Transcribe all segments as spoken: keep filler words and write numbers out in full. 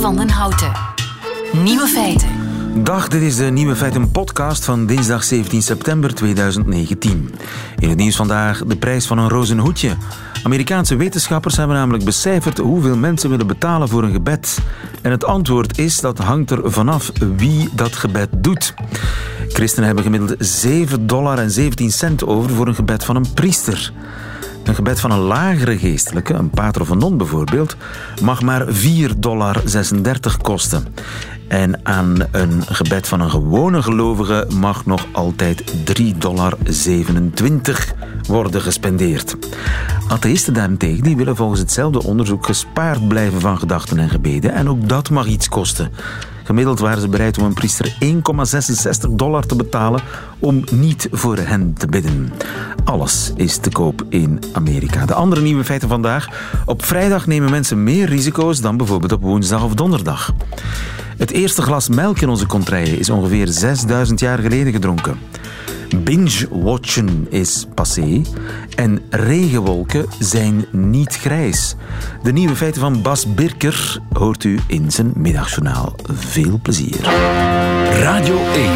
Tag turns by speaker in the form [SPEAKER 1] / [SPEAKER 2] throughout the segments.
[SPEAKER 1] van den Houten. Nieuwe feiten.
[SPEAKER 2] Dag, dit is de Nieuwe Feiten podcast van dinsdag zeventien september tweeduizend negentien. In het nieuws vandaag de prijs van een rozen hoedje. Amerikaanse wetenschappers hebben namelijk becijferd hoeveel mensen willen betalen voor een gebed. En het antwoord is dat hangt er vanaf wie dat gebed doet. Christenen hebben gemiddeld zeven dollar en zeventien cent over voor een gebed van een priester. Een gebed van een lagere geestelijke, een pater of een non bijvoorbeeld, mag maar vier dollar zesendertig kosten. En aan een gebed van een gewone gelovige mag nog altijd drie dollar zevenentwintig worden gespendeerd. Atheïsten daarentegen die willen volgens hetzelfde onderzoek gespaard blijven van gedachten en gebeden. En ook dat mag iets kosten. Gemiddeld waren ze bereid om een priester één komma zesenzestig dollar te betalen om niet voor hen te bidden. Alles is te koop in Amerika. De andere nieuwe feiten vandaag. Op vrijdag nemen mensen meer risico's dan bijvoorbeeld op woensdag of donderdag. Het eerste glas melk in onze contraien is ongeveer zesduizend jaar geleden gedronken. Binge-watchen is passé en regenwolken zijn niet grijs. De nieuwe feiten van Bas Birker hoort u in zijn middagjournaal. Veel plezier.
[SPEAKER 3] Radio één.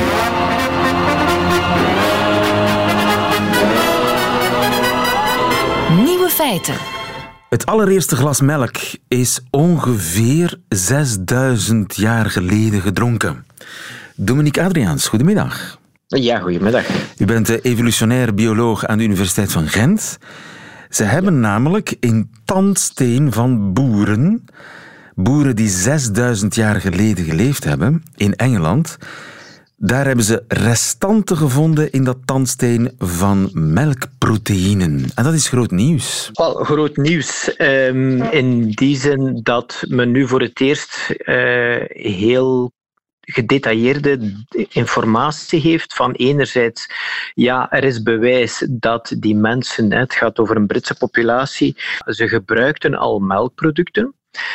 [SPEAKER 1] Nieuwe feiten.
[SPEAKER 2] Het allereerste glas melk is ongeveer zesduizend jaar geleden gedronken. Dominique Adriaans, goedemiddag.
[SPEAKER 4] Ja, goedemiddag.
[SPEAKER 2] U bent evolutionair bioloog aan de Universiteit van Gent. Ze hebben namelijk in tandsteen van boeren, boeren die zesduizend jaar geleden geleefd hebben, in Engeland, daar hebben ze restanten gevonden in dat tandsteen van melkproteïnen. En dat is groot nieuws.
[SPEAKER 4] Wel, groot nieuws. Um, in die zin dat men nu voor het eerst uh, heel gedetailleerde informatie heeft van enerzijds, ja, er is bewijs dat die mensen, het gaat over een Britse populatie, ze gebruikten al melkproducten.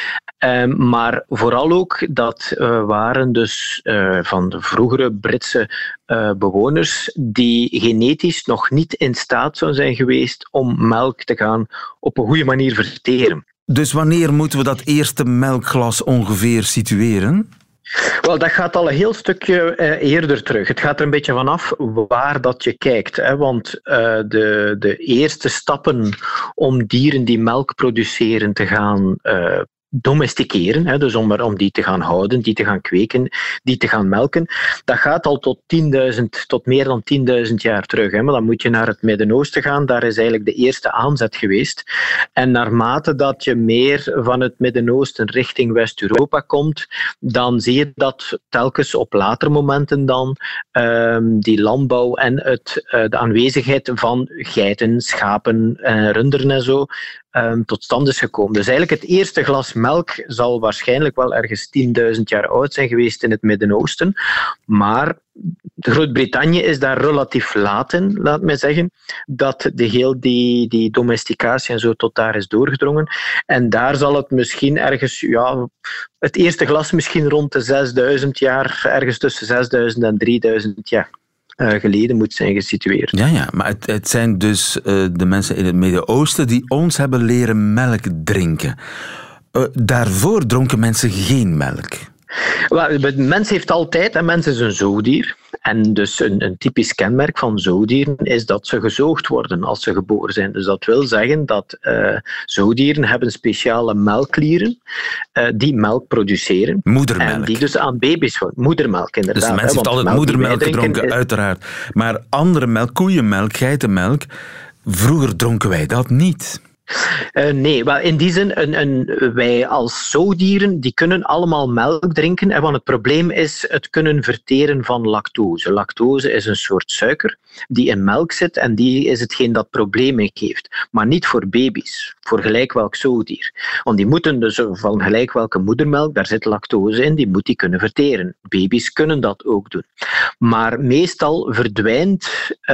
[SPEAKER 4] Um, maar vooral ook, dat uh, waren dus uh, van de vroegere Britse uh, bewoners die genetisch nog niet in staat zouden zijn geweest om melk te gaan op een goede manier verteren.
[SPEAKER 2] Dus wanneer moeten we dat eerste melkglas ongeveer situeren?
[SPEAKER 4] Wel, dat gaat al een heel stukje uh, eerder terug. Het gaat er een beetje vanaf waar dat je kijkt. Hè? Want uh, de, de eerste stappen om dieren die melk produceren te gaan uh, domesticeren, hè, dus om, om die te gaan houden, die te gaan kweken, die te gaan melken, dat gaat al tot tienduizend, tot meer dan tienduizend jaar terug. Hè. Maar dan moet je naar het Midden-Oosten gaan, daar is eigenlijk de eerste aanzet geweest. En naarmate dat je meer van het Midden-Oosten richting West-Europa komt, dan zie je dat telkens op later momenten dan um, die landbouw en het, uh, de aanwezigheid van geiten, schapen, uh, runderen en zo Um, tot stand is gekomen. Dus eigenlijk het eerste glas melk zal waarschijnlijk wel ergens tienduizend jaar oud zijn geweest in het Midden-Oosten. Maar Groot-Brittannië is daar relatief laat in, laat mij zeggen, dat de heel die, die domesticatie en zo tot daar is doorgedrongen. En daar zal het misschien ergens, ja, het eerste glas misschien rond de zesduizend jaar, ergens tussen zesduizend en drieduizend jaar. Uh, geleden moet zijn gesitueerd.
[SPEAKER 2] Ja, ja, maar het, het zijn dus uh, de mensen in het Midden-Oosten die ons hebben leren melk drinken. Uh, daarvoor dronken mensen geen melk.
[SPEAKER 4] Wel, de mens heeft altijd, en mens is een zoogdier. En dus een, een typisch kenmerk van zoogdieren is dat ze gezoogd worden als ze geboren zijn. Dus dat wil zeggen dat uh, zoogdieren hebben speciale melkklieren uh, die melk produceren.
[SPEAKER 2] Moedermelk.
[SPEAKER 4] En die dus aan baby's worden. Moedermelk, inderdaad.
[SPEAKER 2] Dus de mens
[SPEAKER 4] hè,
[SPEAKER 2] heeft altijd
[SPEAKER 4] melk
[SPEAKER 2] moedermelk gedronken, is... uiteraard. Maar andere melk, koeienmelk, geitenmelk, vroeger dronken wij dat niet.
[SPEAKER 4] Uh, nee, wel in die zin, een, een, wij als zoogdieren die kunnen allemaal melk drinken. En want het probleem is het kunnen verteren van lactose. Lactose is een soort suiker die in melk zit en die is hetgeen dat problemen geeft. Maar niet voor baby's, voor gelijk welk zoogdier. Want die moeten dus van gelijk welke moedermelk, daar zit lactose in, die moet die kunnen verteren. Baby's kunnen dat ook doen. Maar meestal verdwijnt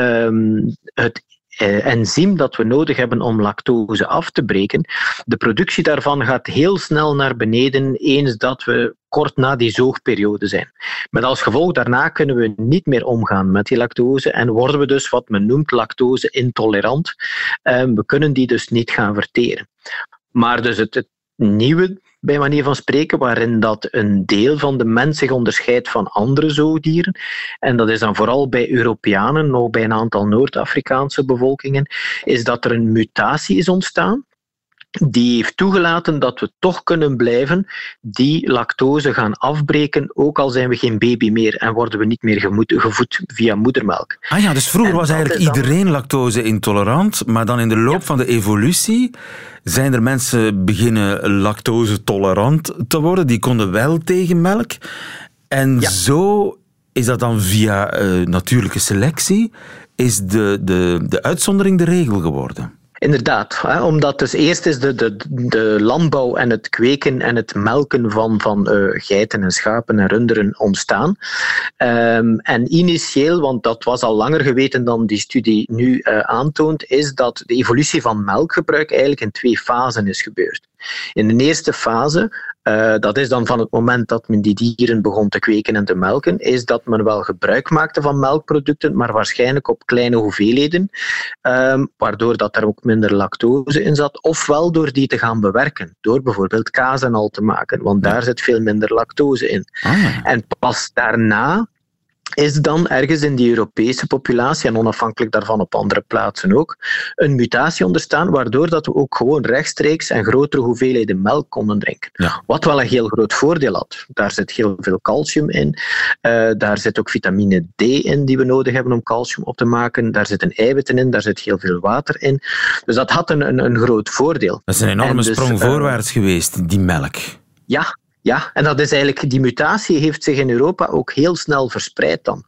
[SPEAKER 4] um, het Uh, enzym dat we nodig hebben om lactose af te breken, de productie daarvan gaat heel snel naar beneden eens dat we kort na die zoogperiode zijn. Met als gevolg daarna kunnen we niet meer omgaan met die lactose en worden we dus wat men noemt lactose-intolerant. Uh, we kunnen die dus niet gaan verteren. Maar dus het, het nieuwe bij manier van spreken, waarin dat een deel van de mens zich onderscheidt van andere zoogdieren. En dat is dan vooral bij Europeanen, nog bij een aantal Noord-Afrikaanse bevolkingen, is dat er een mutatie is ontstaan. Die heeft toegelaten dat we toch kunnen blijven die lactose gaan afbreken, ook al zijn we geen baby meer en worden we niet meer gemoed, gevoed via moedermelk.
[SPEAKER 2] Ah ja, dus vroeger en was eigenlijk dan iedereen lactose-intolerant, maar dan in de loop ja. van de evolutie zijn er mensen beginnen lactose-tolerant te worden. Die konden wel tegen melk. En ja. zo is dat dan via uh, natuurlijke selectie, is de, de, de uitzondering de regel geworden.
[SPEAKER 4] Inderdaad, hè, omdat dus eerst is de, de, de landbouw en het kweken en het melken van, van uh, geiten en schapen en runderen ontstaan. Um, en initieel, want dat was al langer geweten dan die studie nu uh, aantoont, is dat de evolutie van melkgebruik eigenlijk in twee fasen is gebeurd. In de eerste fase, uh, dat is dan van het moment dat men die dieren begon te kweken en te melken, is dat men wel gebruik maakte van melkproducten, maar waarschijnlijk op kleine hoeveelheden, um, waardoor dat er ook minder lactose in zat, ofwel door die te gaan bewerken, door bijvoorbeeld kaas en al te maken, want daar zit veel minder lactose in. Ah. En pas daarna is dan ergens in die Europese populatie, en onafhankelijk daarvan op andere plaatsen ook, een mutatie ontstaan, waardoor dat we ook gewoon rechtstreeks en grotere hoeveelheden melk konden drinken. Ja. Wat wel een heel groot voordeel had. Daar zit heel veel calcium in. Uh, daar zit ook vitamine D in die we nodig hebben om calcium op te maken. Daar zitten eiwitten in, daar zit heel veel water in. Dus dat had een, een, een groot voordeel.
[SPEAKER 2] Dat is een enorme dus, sprong voorwaarts uh, geweest, die melk.
[SPEAKER 4] Ja. Ja, en dat is eigenlijk, die mutatie heeft zich in Europa ook heel snel verspreid dan.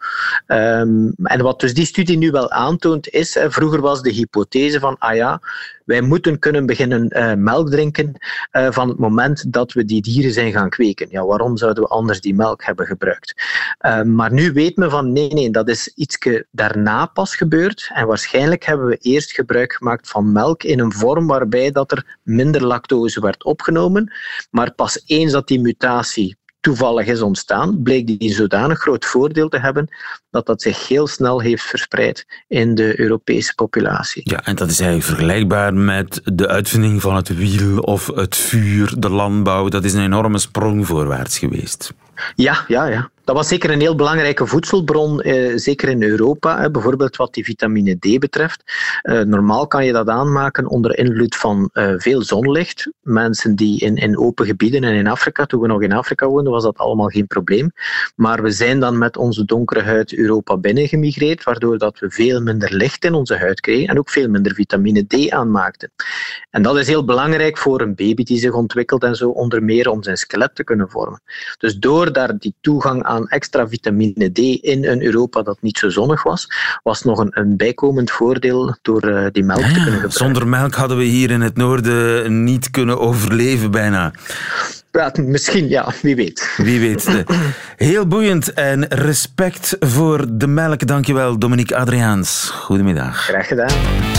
[SPEAKER 4] Um, en wat dus die studie nu wel aantoont is, hè, vroeger was de hypothese van, ah ja, wij moeten kunnen beginnen uh, melk drinken uh, van het moment dat we die dieren zijn gaan kweken. Ja, waarom zouden we anders die melk hebben gebruikt? Uh, maar nu weet men van, nee, nee, dat is ietske daarna pas gebeurd. En waarschijnlijk hebben we eerst gebruik gemaakt van melk in een vorm waarbij dat er minder lactose werd opgenomen. Maar pas eens dat die mutatie toevallig is ontstaan, bleek die een zodanig groot voordeel te hebben dat dat zich heel snel heeft verspreid in de Europese populatie.
[SPEAKER 2] Ja, en dat is eigenlijk vergelijkbaar met de uitvinding van het wiel of het vuur, de landbouw. Dat is een enorme sprong voorwaarts geweest.
[SPEAKER 4] Ja, ja, ja. Dat was zeker een heel belangrijke voedselbron, eh, zeker in Europa, eh, bijvoorbeeld wat die vitamine D betreft. Uh, normaal kan je dat aanmaken onder invloed van uh, veel zonlicht. Mensen die in, in open gebieden en in Afrika, toen we nog in Afrika woonden, was dat allemaal geen probleem. Maar we zijn dan met onze donkere huid Europa binnengemigreerd, waardoor dat we veel minder licht in onze huid kregen en ook veel minder vitamine D aanmaakten. En dat is heel belangrijk voor een baby die zich ontwikkelt en zo, onder meer om zijn skelet te kunnen vormen. Dus door daar die toegang aan extra vitamine D in een Europa dat niet zo zonnig was, was nog een, een bijkomend voordeel door uh, die melk ja, te kunnen gebruiken.
[SPEAKER 2] Zonder melk hadden we hier in het noorden niet kunnen overleven bijna.
[SPEAKER 4] Ja, misschien, ja, wie weet.
[SPEAKER 2] Wie weet. Heel boeiend en respect voor de melk. Dankjewel, Dominique Adriaans. Goedemiddag.
[SPEAKER 4] Graag gedaan.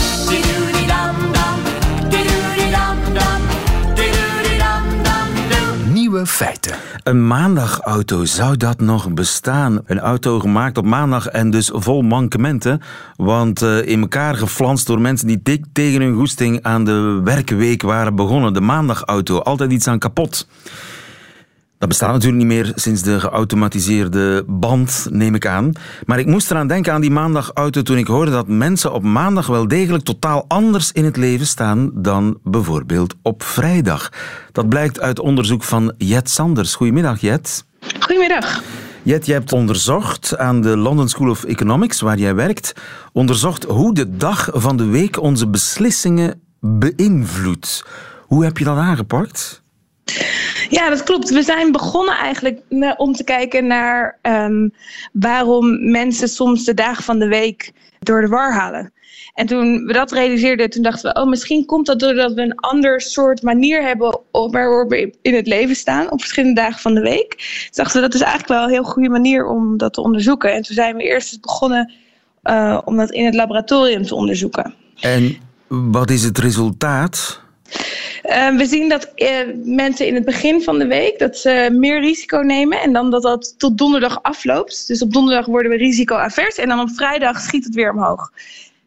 [SPEAKER 3] Nieuwe feiten.
[SPEAKER 2] Een maandagauto, zou dat nog bestaan? Een auto gemaakt op maandag en dus vol mankementen. Want uh, in elkaar geflanst door mensen die dik tegen hun goesting aan de werkweek waren begonnen. De maandagauto, altijd iets aan kapot. Dat bestaat natuurlijk niet meer sinds de geautomatiseerde band, neem ik aan. Maar ik moest eraan denken aan die maandagauto toen ik hoorde dat mensen op maandag wel degelijk totaal anders in het leven staan dan bijvoorbeeld op vrijdag. Dat blijkt uit onderzoek van Jet Sanders. Goedemiddag, Jet.
[SPEAKER 5] Goedemiddag.
[SPEAKER 2] Jet, jij hebt onderzocht aan de London School of Economics, waar jij werkt, onderzocht hoe de dag van de week onze beslissingen beïnvloedt. Hoe heb je dat aangepakt?
[SPEAKER 5] Ja, dat klopt. We zijn begonnen eigenlijk om te kijken naar um, waarom mensen soms de dagen van de week door de war halen. En toen we dat realiseerden, toen dachten we, oh, misschien komt dat doordat we een ander soort manier hebben waarop we in het leven staan op verschillende dagen van de week. Toen dachten we, dat is eigenlijk wel een heel goede manier om dat te onderzoeken. En toen zijn we eerst begonnen uh, om dat in het laboratorium te onderzoeken.
[SPEAKER 2] En wat is het resultaat?
[SPEAKER 5] Uh, we zien dat uh, mensen in het begin van de week dat ze meer risico nemen en dan dat dat tot donderdag afloopt. Dus op donderdag worden we risicoavers en dan op vrijdag schiet het weer omhoog.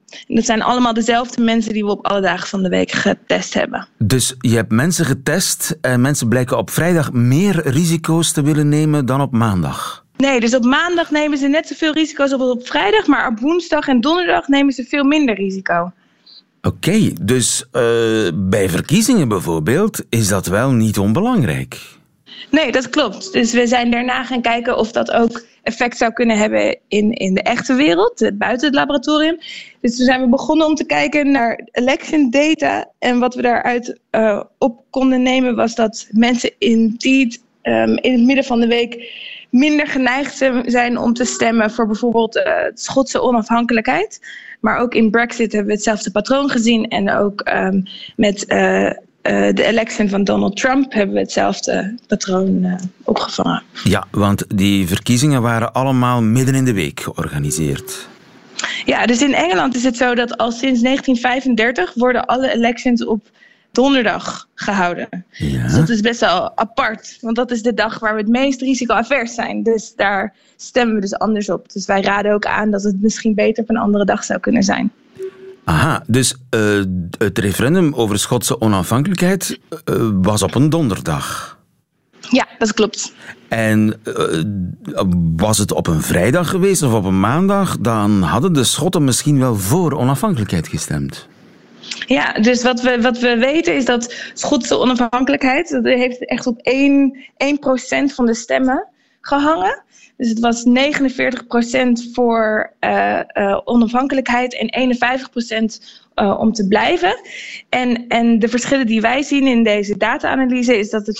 [SPEAKER 5] En dat zijn allemaal dezelfde mensen die we op alle dagen van de week getest hebben.
[SPEAKER 2] Dus je hebt mensen getest en mensen blijken op vrijdag meer risico's te willen nemen dan op maandag?
[SPEAKER 5] Nee, dus op maandag nemen ze net zoveel risico's als op vrijdag, maar op woensdag en donderdag nemen ze veel minder risico.
[SPEAKER 2] Oké, okay, dus uh, bij verkiezingen bijvoorbeeld is dat wel niet onbelangrijk.
[SPEAKER 5] Nee, dat klopt. Dus we zijn daarna gaan kijken of dat ook effect zou kunnen hebben in, in de echte wereld, buiten het laboratorium. Dus toen zijn we begonnen om te kijken naar election data. En wat we daaruit uh, op konden nemen was dat mensen indeed um, in het midden van de week minder geneigd zijn om te stemmen voor bijvoorbeeld uh, Schotse onafhankelijkheid. Maar ook in Brexit hebben we hetzelfde patroon gezien. En ook um, met uh, uh, de election van Donald Trump hebben we hetzelfde patroon uh, opgevangen.
[SPEAKER 2] Ja, want die verkiezingen waren allemaal midden in de week georganiseerd.
[SPEAKER 5] Ja, dus in Engeland is het zo dat al sinds negentien vijfendertig worden alle elections op donderdag gehouden. Ja. Dus dat is best wel apart, want dat is de dag waar we het meest risicoavers zijn. Dus daar stemmen we dus anders op. Dus wij raden ook aan dat het misschien beter op een andere dag zou kunnen zijn.
[SPEAKER 2] Aha, dus uh, het referendum over Schotse onafhankelijkheid uh, was op een donderdag.
[SPEAKER 5] Ja, dat klopt.
[SPEAKER 2] En uh, was het op een vrijdag geweest of op een maandag, dan hadden de Schotten misschien wel voor onafhankelijkheid gestemd.
[SPEAKER 5] Ja, dus wat we, wat we weten is dat Schotse onafhankelijkheid, dat heeft echt op één procent van de stemmen gehangen. Dus het was negenenveertig procent voor uh, uh, onafhankelijkheid en eenenvijftig procent uh, om te blijven. En, en de verschillen die wij zien in deze data-analyse is dat het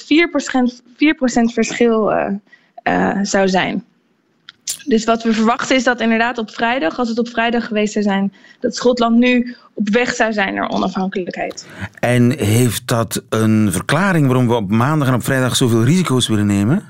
[SPEAKER 5] vier procent verschil uh, uh, zou zijn. Dus wat we verwachten is dat inderdaad op vrijdag, als het op vrijdag geweest zou zijn, dat Schotland nu op weg zou zijn naar onafhankelijkheid.
[SPEAKER 2] En heeft dat een verklaring waarom we op maandag en op vrijdag zoveel risico's willen nemen?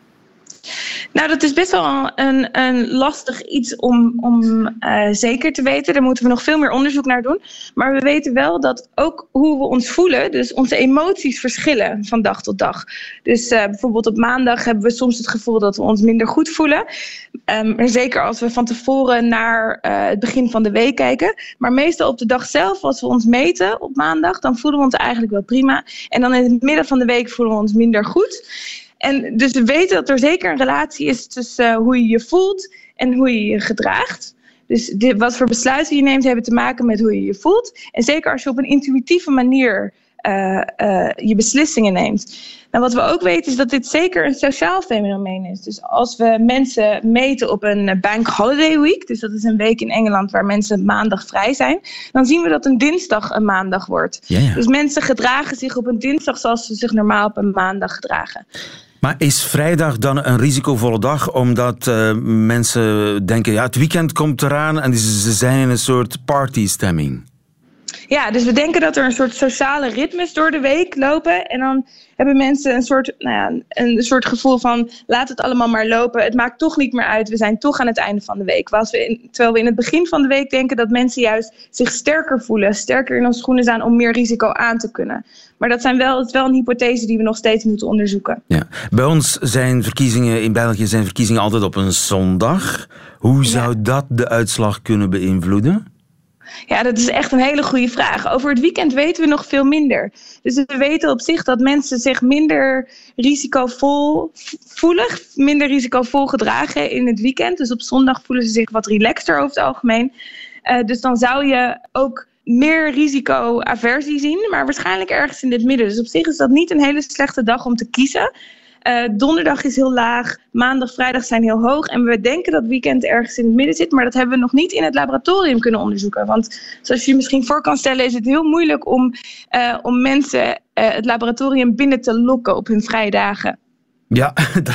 [SPEAKER 5] Nou, dat is best wel een, een lastig iets om, om uh, zeker te weten. Daar moeten we nog veel meer onderzoek naar doen. Maar we weten wel dat ook hoe we ons voelen, dus onze emoties verschillen van dag tot dag. Dus uh, bijvoorbeeld op maandag hebben we soms het gevoel dat we ons minder goed voelen. Um, maar zeker als we van tevoren naar uh, het begin van de week kijken. Maar meestal op de dag zelf, als we ons meten op maandag, dan voelen we ons eigenlijk wel prima. En dan in het midden van de week voelen we ons minder goed. En dus we weten dat er zeker een relatie is tussen uh, hoe je je voelt en hoe je je gedraagt. Dus dit, wat voor besluiten je neemt hebben te maken met hoe je je voelt. En zeker als je op een intuïtieve manier uh, uh, je beslissingen neemt. Nou, wat we ook weten is dat dit zeker een sociaal fenomeen is. Dus als we mensen meten op een bank holiday week, dus dat is een week in Engeland waar mensen maandag vrij zijn, dan zien we dat een dinsdag een maandag wordt. Ja, ja. Dus mensen gedragen zich op een dinsdag zoals ze zich normaal op een maandag gedragen.
[SPEAKER 2] Maar is vrijdag dan een risicovolle dag omdat uh, mensen denken, ja, het weekend komt eraan en ze zijn in een soort partystemming?
[SPEAKER 5] Ja, dus we denken dat er een soort sociale ritmes door de week lopen. En dan hebben mensen een soort, nou ja, een soort gevoel van, laat het allemaal maar lopen. Het maakt toch niet meer uit. We zijn toch aan het einde van de week. Als we in, terwijl we in het begin van de week denken dat mensen juist zich sterker voelen. Sterker in hun schoenen staan om meer risico aan te kunnen. Maar dat zijn wel, het is wel een hypothese die we nog steeds moeten onderzoeken.
[SPEAKER 2] Ja. Bij ons zijn verkiezingen, in België zijn verkiezingen altijd op een zondag. Hoe zou ja. dat de uitslag kunnen beïnvloeden?
[SPEAKER 5] Ja, dat is echt een hele goede vraag. Over het weekend weten we nog veel minder. Dus we weten op zich dat mensen zich minder risicovol voelen, minder risicovol gedragen in het weekend. Dus op zondag voelen ze zich wat relaxter over het algemeen. Uh, dus dan zou je ook meer risicoaversie zien, maar waarschijnlijk ergens in het midden. Dus op zich is dat niet een hele slechte dag om te kiezen. Uh, donderdag is heel laag, maandag, vrijdag zijn heel hoog. En we denken dat weekend ergens in het midden zit, maar dat hebben we nog niet in het laboratorium kunnen onderzoeken. Want zoals je je misschien voor kan stellen, is het heel moeilijk om, uh, om mensen uh, het laboratorium binnen te lokken op hun vrije dagen.
[SPEAKER 2] Ja,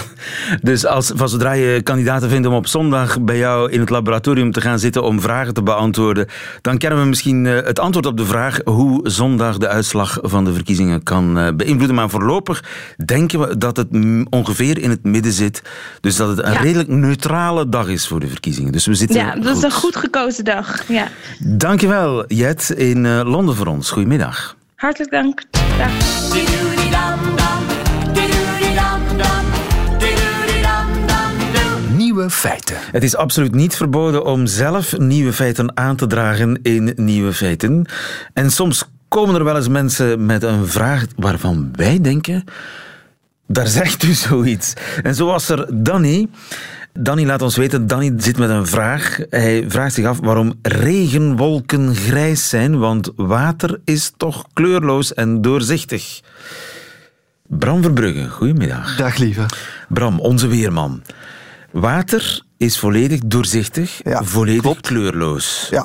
[SPEAKER 2] dus als, van zodra je kandidaten vindt om op zondag bij jou in het laboratorium te gaan zitten om vragen te beantwoorden, dan kennen we misschien het antwoord op de vraag hoe zondag de uitslag van de verkiezingen kan beïnvloeden. Maar voorlopig denken we dat het ongeveer in het midden zit. Dus dat het een ja. redelijk neutrale dag is voor de verkiezingen. Dus we zitten
[SPEAKER 5] ja, dat
[SPEAKER 2] goed.
[SPEAKER 5] is een goed gekozen dag. Ja.
[SPEAKER 2] Dankjewel, Jet, in Londen voor ons. Goedemiddag.
[SPEAKER 5] Hartelijk dank. Dag.
[SPEAKER 3] Nieuwe feiten.
[SPEAKER 2] Het is absoluut niet verboden om zelf nieuwe feiten aan te dragen in Nieuwe Feiten. En soms komen er wel eens mensen met een vraag waarvan wij denken, daar zegt u zoiets. En zo was er Danny. Danny laat ons weten, Danny zit met een vraag. Hij vraagt zich af waarom regenwolken grijs zijn, want water is toch kleurloos en doorzichtig. Bram Verbrugge, goedemiddag.
[SPEAKER 6] Dag lieve.
[SPEAKER 2] Bram, onze weerman. Water is volledig doorzichtig,
[SPEAKER 6] Ja,
[SPEAKER 2] volledig
[SPEAKER 6] klopt.
[SPEAKER 2] kleurloos.
[SPEAKER 6] Ja.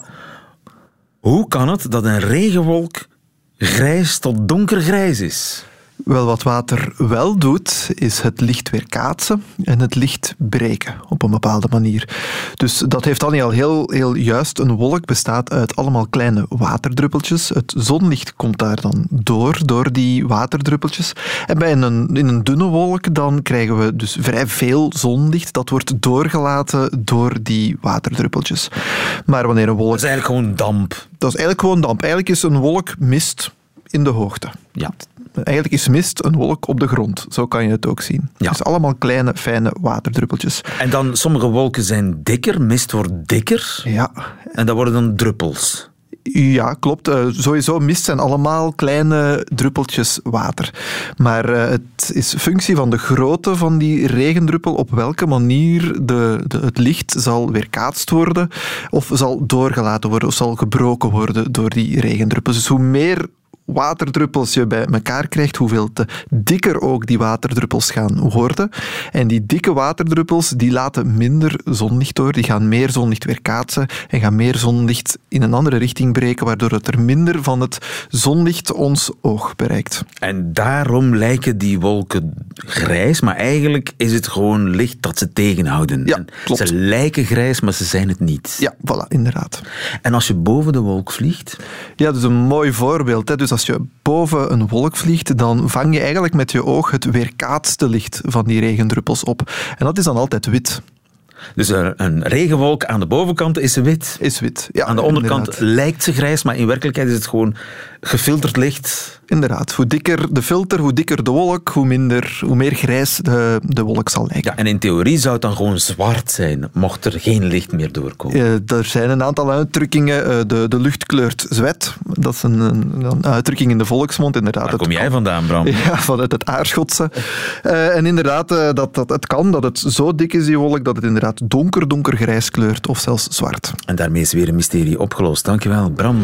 [SPEAKER 2] Hoe kan het dat een regenwolk grijs tot donkergrijs is?
[SPEAKER 6] Wel, wat water wel doet, is het licht weerkaatsen en het licht breken op een bepaalde manier. Dus dat heeft Annie al heel, heel juist. Een wolk bestaat uit allemaal kleine waterdruppeltjes. Het zonlicht komt daar dan door, door die waterdruppeltjes. En bij een, in een dunne wolk dan krijgen we dus vrij veel zonlicht. Dat wordt doorgelaten door die waterdruppeltjes. Maar wanneer een wolk...
[SPEAKER 2] Dat is eigenlijk gewoon damp.
[SPEAKER 6] Dat is eigenlijk gewoon damp. Eigenlijk is een wolk mist in de hoogte.
[SPEAKER 2] Ja.
[SPEAKER 6] Eigenlijk is mist een wolk op de grond. Zo kan je het ook zien.
[SPEAKER 2] Ja.
[SPEAKER 6] Het is allemaal kleine, fijne waterdruppeltjes.
[SPEAKER 2] En dan, sommige wolken zijn dikker, mist wordt dikker.
[SPEAKER 6] Ja,
[SPEAKER 2] En dat worden dan druppels.
[SPEAKER 6] ja klopt. Uh, sowieso, mist zijn allemaal kleine druppeltjes water. Maar uh, het is functie van de grootte van die regendruppel op welke manier de, de, het licht zal weerkaatst worden of zal doorgelaten worden of zal gebroken worden door die regendruppels. Dus hoe meer waterdruppels je bij elkaar krijgt, hoeveel te dikker ook die waterdruppels gaan worden. En die dikke waterdruppels die laten minder zonlicht door, die gaan meer zonlicht weerkaatsen en gaan meer zonlicht in een andere richting breken, waardoor het er minder van het zonlicht ons oog bereikt.
[SPEAKER 2] En daarom lijken die wolken grijs, maar eigenlijk is het gewoon licht dat ze tegenhouden.
[SPEAKER 6] Ja,
[SPEAKER 2] En
[SPEAKER 6] klopt.
[SPEAKER 2] Ze lijken grijs, maar ze zijn het niet.
[SPEAKER 6] Ja, voilà, inderdaad.
[SPEAKER 2] En als je boven de wolk vliegt,
[SPEAKER 6] Ja, dat is een mooi voorbeeld. Hè. Dus als je boven een wolk vliegt, dan vang je eigenlijk met je oog het weerkaatste licht van die regendruppels op. En dat is dan altijd wit.
[SPEAKER 2] dus er- een regenwolk aan de bovenkant is wit.
[SPEAKER 6] Is wit. Ja,
[SPEAKER 2] Aan de onderkant
[SPEAKER 6] inderdaad.
[SPEAKER 2] lijkt ze grijs, maar in werkelijkheid is het gewoon gefilterd licht.
[SPEAKER 6] Inderdaad. Hoe dikker de filter, hoe dikker de wolk, hoe, minder, hoe meer grijs de, de wolk zal lijken.
[SPEAKER 2] Ja, en in theorie zou het dan gewoon zwart zijn, mocht er geen licht meer doorkomen.
[SPEAKER 6] Eh, er zijn een aantal uitdrukkingen. Eh, de, de lucht kleurt zwet. Dat is een, een, een uitdrukking in de volksmond. Inderdaad.
[SPEAKER 2] Waar
[SPEAKER 6] Het
[SPEAKER 2] kom jij vandaan, Bram?
[SPEAKER 6] Ja, vanuit het Aarschotse. Uh, en inderdaad, uh, dat, dat, het kan dat het zo dik is, die wolk, dat het inderdaad donker, donkergrijs kleurt of zelfs zwart.
[SPEAKER 2] En daarmee is weer een mysterie opgelost. Dankjewel, Bram.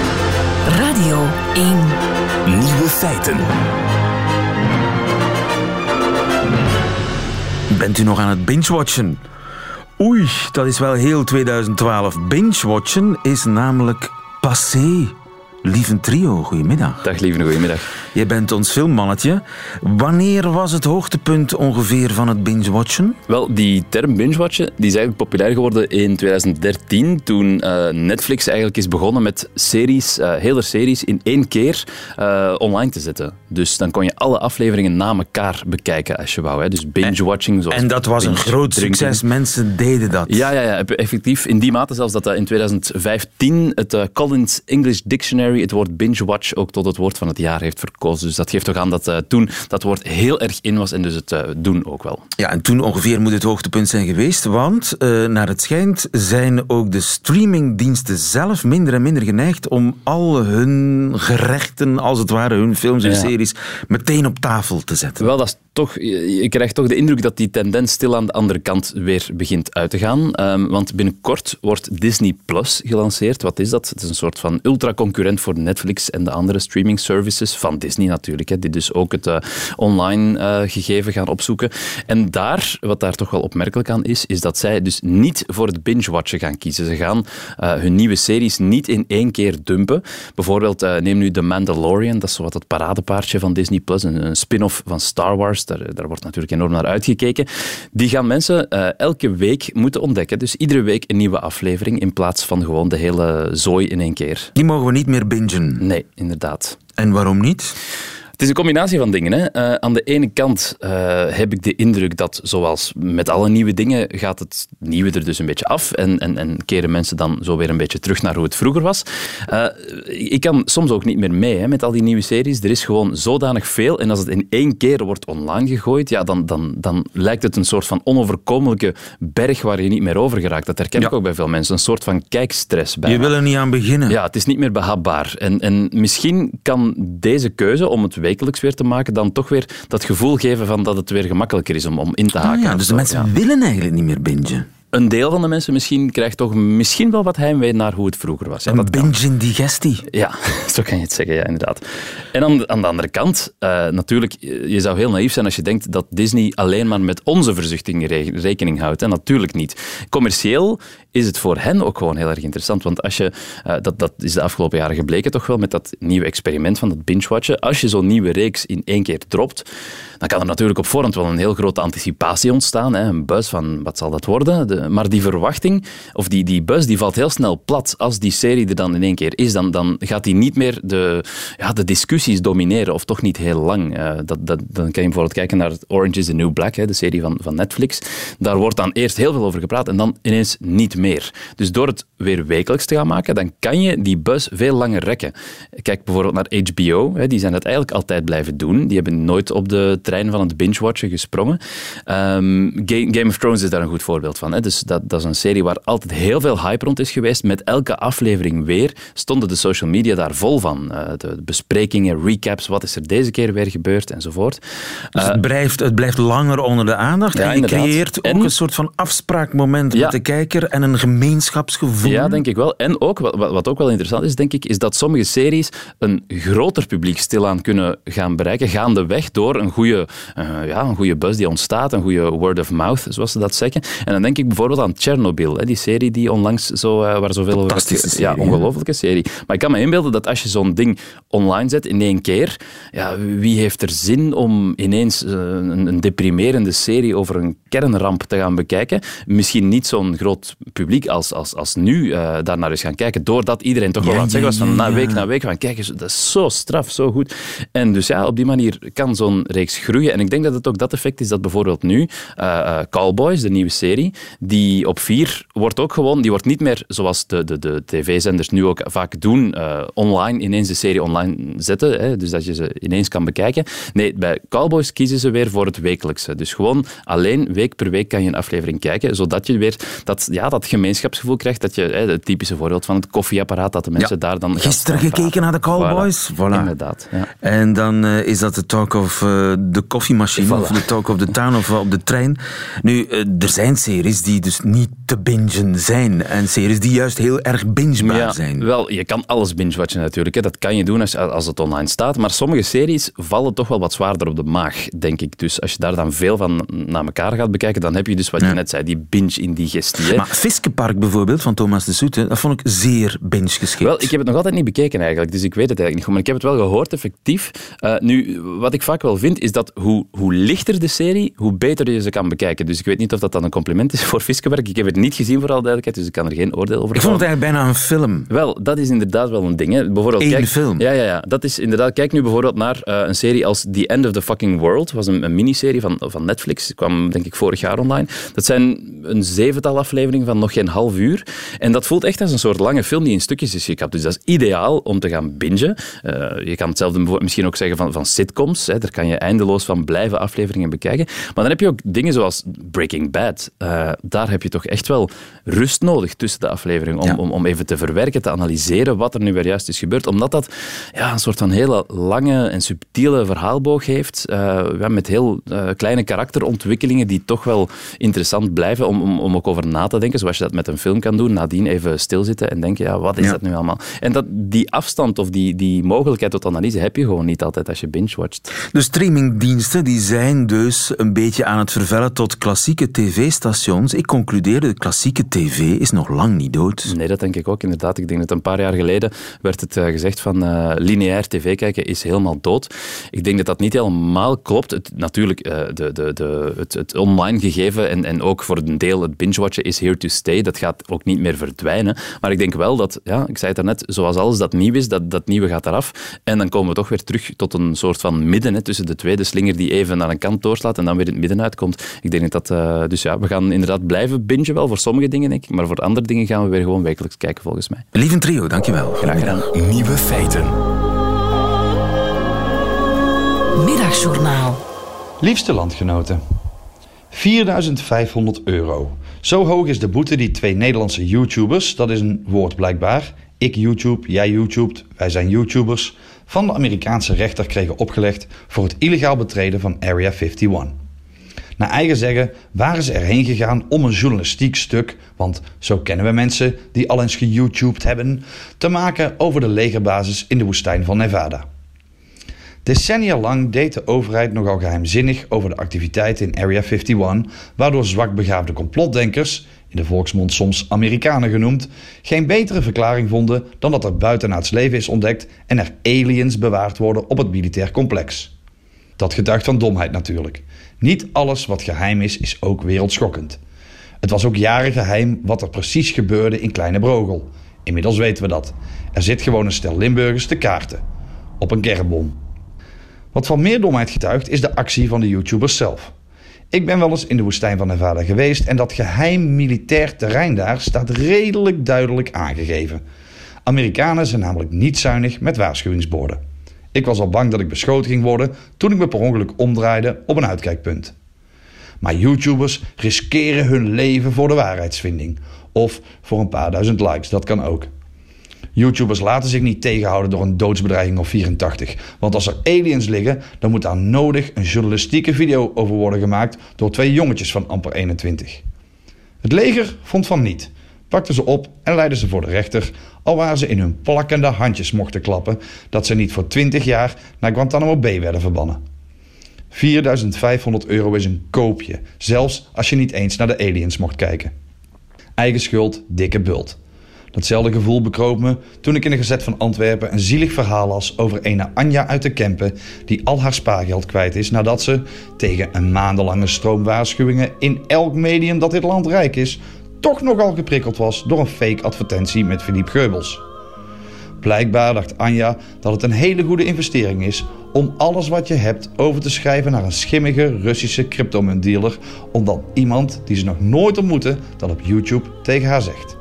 [SPEAKER 1] Radio één.
[SPEAKER 3] Nieuwe feiten.
[SPEAKER 2] Bent u nog aan het binge-watchen? Oei, dat is wel heel tweeduizend twaalf. Binge-watchen is namelijk passé. Lieve trio, goedemiddag.
[SPEAKER 7] Dag lieve, goedemiddag.
[SPEAKER 2] Jij bent ons filmmannetje. Wanneer was het hoogtepunt ongeveer van het binge-watchen?
[SPEAKER 7] Wel, die term binge-watchen die is eigenlijk populair geworden in tweeduizend dertien, toen uh, Netflix eigenlijk is begonnen met series, uh, hele series in één keer uh, online te zetten. Dus dan kon je alle afleveringen na elkaar bekijken als je wou. Hè. Dus binge-watching. Zoals
[SPEAKER 2] En dat was een
[SPEAKER 7] binge
[SPEAKER 2] groot
[SPEAKER 7] drinking.
[SPEAKER 2] succes. Mensen deden dat.
[SPEAKER 7] Ja, ja, ja, effectief. In die mate zelfs dat uh, in tweeduizend vijftien het uh, Collins English Dictionary het woord binge-watch ook tot het woord van het jaar heeft verkozen. Dus dat geeft toch aan dat uh, toen dat woord heel erg in was en dus het uh, doen ook wel.
[SPEAKER 2] Ja, en toen ongeveer moet het hoogtepunt zijn geweest, want uh, naar het schijnt zijn ook de streamingdiensten zelf minder en minder geneigd om al hun gerechten, als het ware hun films en
[SPEAKER 7] Ja.
[SPEAKER 2] series, meteen op tafel te zetten.
[SPEAKER 7] Wel, dat is toch, je je krijgt toch de indruk dat die tendens stil aan de andere kant weer begint uit te gaan. Um, want binnenkort wordt Disney Plus gelanceerd. Wat is dat? Het is een soort van ultra-concurrent voor Netflix en de andere streaming services van Disney natuurlijk, hè, die dus ook het uh, online uh, gegeven gaan opzoeken. En daar, wat daar toch wel opmerkelijk aan is, is dat zij dus niet voor het binge-watchen gaan kiezen. Ze gaan uh, hun nieuwe series niet in één keer dumpen. Bijvoorbeeld, uh, neem nu The Mandalorian, dat is zo wat het paradepaardje van Disney Plus, een, een spin-off van Star Wars, daar, daar wordt natuurlijk enorm naar uitgekeken. Die gaan mensen uh, elke week moeten ontdekken. Dus iedere week een nieuwe aflevering, in plaats van gewoon de hele zooi in één keer.
[SPEAKER 2] Die mogen we niet meer bingen.
[SPEAKER 7] Nee, inderdaad.
[SPEAKER 2] En waarom niet?
[SPEAKER 7] Het is een combinatie van dingen. Hè. Uh, aan de ene kant uh, heb ik de indruk dat, zoals met alle nieuwe dingen, gaat het nieuwe er dus een beetje af en, en, en keren mensen dan zo weer een beetje terug naar hoe het vroeger was. Uh, ik kan soms ook niet meer mee hè, met al die nieuwe series. Er is gewoon zodanig veel en als het in één keer wordt online gegooid, ja, dan, dan, dan lijkt het een soort van onoverkomelijke berg waar je niet meer over geraakt. Dat herken ja. ik ook bij veel mensen. Een soort van kijkstress bij.
[SPEAKER 2] Je wil er niet aan beginnen.
[SPEAKER 7] Ja, het is niet meer behapbaar. En, en misschien kan deze keuze om het wekelijks weer te maken dan toch weer dat gevoel geven van dat het weer gemakkelijker is om, om in te haken.
[SPEAKER 2] Ah, ja, dus de mensen ja. willen eigenlijk niet meer bingen.
[SPEAKER 7] Een deel van de mensen misschien krijgt toch misschien wel wat heimwee naar hoe het vroeger was.
[SPEAKER 2] Een binge-indigestie.
[SPEAKER 7] Ja, zo kan je het zeggen, ja, inderdaad. En aan de, aan de andere kant, uh, natuurlijk, je zou heel naïef zijn als je denkt dat Disney alleen maar met onze verzuchtingen re- rekening houdt. En natuurlijk niet. Commercieel is het voor hen ook gewoon heel erg interessant. Want als je, uh, dat, dat is de afgelopen jaren gebleken toch wel met dat nieuwe experiment van dat binge-watchen. Als je zo'n nieuwe reeks in één keer dropt, dan kan er natuurlijk op voorhand wel een heel grote anticipatie ontstaan. Hè, een buzz van, wat zal dat worden? De, maar die verwachting, of die, die buzz, die valt heel snel plat. Als die serie er dan in één keer is, dan, dan gaat die niet meer de, ja, de discussies domineren, of toch niet heel lang. Uh, dat, dat, dan kan je bijvoorbeeld kijken naar Orange is the New Black, hè, de serie van, van Netflix. Daar wordt dan eerst heel veel over gepraat en dan ineens niet meer. Dus door het weer wekelijks te gaan maken, dan kan je die buzz veel langer rekken. Kijk bijvoorbeeld naar H B O, hè, die zijn dat eigenlijk altijd blijven doen. Die hebben nooit op de trein van het binge-watchen gesprongen. Um, Game of Thrones is daar een goed voorbeeld van. Hè. Dus dat, dat is een serie waar altijd heel veel hype rond is geweest. Met elke aflevering weer stonden de social media daar vol van. Uh, de besprekingen, recaps, wat is er deze keer weer gebeurd, enzovoort.
[SPEAKER 2] Dus uh, het, blijft, het blijft langer onder de aandacht. Ja, en je inderdaad. creëert ook en, een soort van afspraakmoment ja. met de kijker en een gemeenschapsgevoel.
[SPEAKER 7] Ja, denk ik wel. En ook, wat, wat ook wel interessant is, denk ik, is dat sommige series een groter publiek stilaan kunnen gaan bereiken, gaandeweg door een goede, uh, ja, een goede buzz die ontstaat, een goede word of mouth, zoals ze dat zeggen. En dan denk ik bijvoorbeeld aan Chernobyl, hè, die serie die onlangs zo, uh, waar zoveel over...
[SPEAKER 2] Fantastische serie.
[SPEAKER 7] Ja, ongelooflijke serie. Maar ik kan me inbeelden dat als je zo'n ding online zet in één keer, ja, wie heeft er zin om ineens uh, een, een deprimerende serie over een kernramp te gaan bekijken? Misschien niet zo'n groot publiek als, als, als nu uh, daar naar eens gaan kijken, doordat iedereen toch wel ja, aan het zeggen was van ja, ja. na week na week van kijk eens, dat is zo straf, zo goed. En dus ja, op die manier kan zo'n reeks groeien. En ik denk dat het ook dat effect is dat bijvoorbeeld nu uh, uh, Callboys, de nieuwe serie, die op vier wordt ook gewoon, die wordt niet meer zoals de, de, de tv-zenders nu ook vaak doen, uh, online, ineens de serie online zetten, hè, dus dat je ze ineens kan bekijken. Nee, bij Callboys kiezen ze weer voor het wekelijkse. Dus gewoon alleen week per week kan je een aflevering kijken, zodat je weer dat, ja, dat gemeenschapsgevoel krijgt, dat je, hè, het typische voorbeeld van het koffieapparaat, dat de mensen ja, daar dan...
[SPEAKER 2] Gisteren gekeken naar de Callboys.
[SPEAKER 7] Voilà. Voilà. Inderdaad. Ja.
[SPEAKER 2] En dan uh, is dat de talk of uh, de koffiemachine, voilà. of de talk of the town, of uh, op de trein. Nu, uh, er zijn series die dus niet te bingen zijn. En series die juist heel erg bingebaar
[SPEAKER 7] ja,
[SPEAKER 2] zijn.
[SPEAKER 7] Wel, je kan alles binge-watchen natuurlijk. Hè. Dat kan je doen als, als het online staat. Maar sommige series vallen toch wel wat zwaarder op de maag, denk ik. Dus als je daar dan veel van naar elkaar gaat bekijken, dan heb je dus wat ja. je net zei, die binge-indigestie. Hè.
[SPEAKER 2] Maar Fiskepark bijvoorbeeld, van Thomas de Soete, dat vond ik zeer binge-geschikt.
[SPEAKER 7] Wel, ik heb het nog altijd niet bekeken eigenlijk, dus ik weet het eigenlijk niet goed. Maar ik heb het wel gehoord, effectief. Uh, nu, wat ik vaak wel vind, is dat hoe, hoe lichter de serie, hoe beter je ze kan bekijken. Dus ik weet niet of dat dan een compliment is voor Fiskepark. Ik heb het niet gezien, voor alle duidelijkheid, dus ik kan er geen oordeel over
[SPEAKER 2] Ik vond het eigenlijk bijna een film.
[SPEAKER 7] Wel, dat is inderdaad wel een ding. Hè. Bijvoorbeeld,
[SPEAKER 2] Eén
[SPEAKER 7] kijk,
[SPEAKER 2] film.
[SPEAKER 7] Ja, ja, ja. Dat is inderdaad, kijk nu bijvoorbeeld naar uh, een serie als The End of the Fucking World. Dat was een, een miniserie van, van Netflix. Die kwam, denk ik, vorig jaar online. Dat zijn een zevental afleveringen van nog geen half uur. En dat voelt echt als een soort lange film die in stukjes is gekapt. Dus dat is ideaal om te gaan bingen. Uh, je kan hetzelfde misschien ook zeggen van, van sitcoms. Hè. Daar kan je eindeloos van blijven afleveringen bekijken. Maar dan heb je ook dingen zoals Breaking Bad. Uh, daar heb je toch echt wel rust nodig tussen de afleveringen om, ja. om, om even te verwerken, te analyseren wat er nu weer juist is gebeurd. Omdat dat ja, een soort van hele lange en subtiele verhaalboog heeft. Uh, ja, met heel uh, kleine karakterontwikkelingen die toch wel interessant blijven om, om, om ook over na te denken. Zoals je dat met een film kan doen. Nadien even stilzitten en denken, ja, wat is ja. dat nu allemaal? En dat, die afstand of die, die mogelijkheid tot analyse heb je gewoon niet altijd als je binge-watcht.
[SPEAKER 2] De streamingdiensten die zijn dus een beetje aan het vervellen tot klassieke tv-stations. Ik ik concludeerde, de klassieke tv is nog lang niet dood.
[SPEAKER 7] Nee, dat denk ik ook inderdaad. Ik denk dat een paar jaar geleden werd het uh, gezegd van uh, lineair tv kijken is helemaal dood. Ik denk dat dat niet helemaal klopt. Het, natuurlijk, uh, de, de, de, het, het online gegeven en, en ook voor een deel het binge-watchen is here to stay. Dat gaat ook niet meer verdwijnen. Maar ik denk wel dat, ja, ik zei het daarnet, zoals alles dat nieuw is, dat, dat nieuwe gaat eraf. En dan komen we toch weer terug tot een soort van midden, hè, tussen de tweede slinger die even naar een kant doorslaat en dan weer in het midden uitkomt. Ik denk dat dat... Uh, dus ja, we gaan inderdaad blijven bingen wel voor sommige dingen, denk ik. Maar voor andere dingen gaan we weer gewoon wekelijks kijken, volgens mij.
[SPEAKER 2] Lieve trio, dankjewel.
[SPEAKER 7] Graag gedaan.
[SPEAKER 3] Nieuwe feiten.
[SPEAKER 1] Middagjournaal.
[SPEAKER 8] Liefste landgenoten. vierduizend vijfhonderd euro. Zo hoog is de boete die twee Nederlandse YouTubers, dat is een woord blijkbaar, ik YouTube, jij YouTubed, wij zijn YouTubers, van de Amerikaanse rechter kregen opgelegd voor het illegaal betreden van Area eenenvijftig. Naar eigen zeggen waren ze erheen gegaan om een journalistiek stuk, want zo kennen we mensen die al eens geYouTubed hebben, te maken over de legerbasis in de woestijn van Nevada. Decennia lang deed de overheid nogal geheimzinnig over de activiteiten in Area eenenvijftig, waardoor zwakbegaafde complotdenkers, in de volksmond soms Amerikanen genoemd, geen betere verklaring vonden dan dat er buitenaards leven is ontdekt en er aliens bewaard worden op het militair complex. Dat getuigt van domheid natuurlijk. Niet alles wat geheim is, is ook wereldschokkend. Het was ook jaren geheim wat er precies gebeurde in Kleine Brogel. Inmiddels weten we dat. Er zit gewoon een stel Limburgers te kaarten. Op een kernbom. Wat van meer domheid getuigt is de actie van de YouTubers zelf. Ik ben wel eens in de woestijn van Nevada geweest en dat geheim militair terrein daar staat redelijk duidelijk aangegeven. Amerikanen zijn namelijk niet zuinig met waarschuwingsborden. Ik was al bang dat ik beschoten ging worden toen ik me per ongeluk omdraaide op een uitkijkpunt. Maar YouTubers riskeren hun leven voor de waarheidsvinding. Of voor een paar duizend likes, dat kan ook. YouTubers laten zich niet tegenhouden door een doodsbedreiging of vierentachtig. Want als er aliens liggen, dan moet daar nodig een journalistieke video over worden gemaakt door twee jongetjes van amper eenentwintig. Het leger vond van niet. Pakte ze op en leidde ze voor de rechter, al waar ze in hun plakkende handjes mochten klappen dat ze niet voor twintig jaar naar Guantanamo Bay werden verbannen. vierduizend vijfhonderd euro is een koopje, zelfs als je niet eens naar de aliens mocht kijken. Eigen schuld, dikke bult. Datzelfde gevoel bekroop me toen ik in de Gazet van Antwerpen een zielig verhaal las over ene Anja uit de Kempen die al haar spaargeld kwijt is nadat ze, tegen een maandenlange stroom waarschuwingen in elk medium dat dit land rijk is, toch nogal geprikkeld was door een fake advertentie met Philippe Geubels. Blijkbaar dacht Anja dat het een hele goede investering is om alles wat je hebt over te schrijven naar een schimmige Russische cryptomuntdealer, omdat iemand die ze nog nooit ontmoette dat op YouTube tegen haar zegt.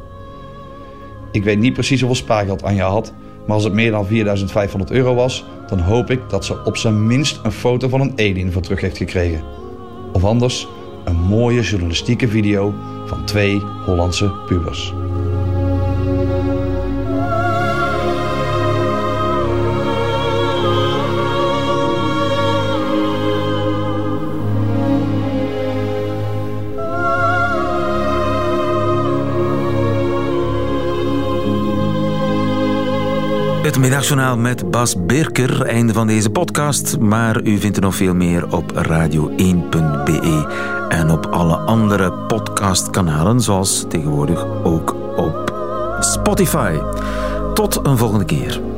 [SPEAKER 8] Ik weet niet precies hoeveel spaargeld Anja had, maar als het meer dan vierduizend vijfhonderd euro was, dan hoop ik dat ze op zijn minst een foto van een alien voor terug heeft gekregen. Of anders een mooie journalistieke video van twee Hollandse pubers.
[SPEAKER 2] Het middagjournaal met Bas Birker, einde van deze podcast. Maar u vindt er nog veel meer op radio één punt b e en op alle andere podcastkanalen, zoals tegenwoordig ook op Spotify. Tot een volgende keer.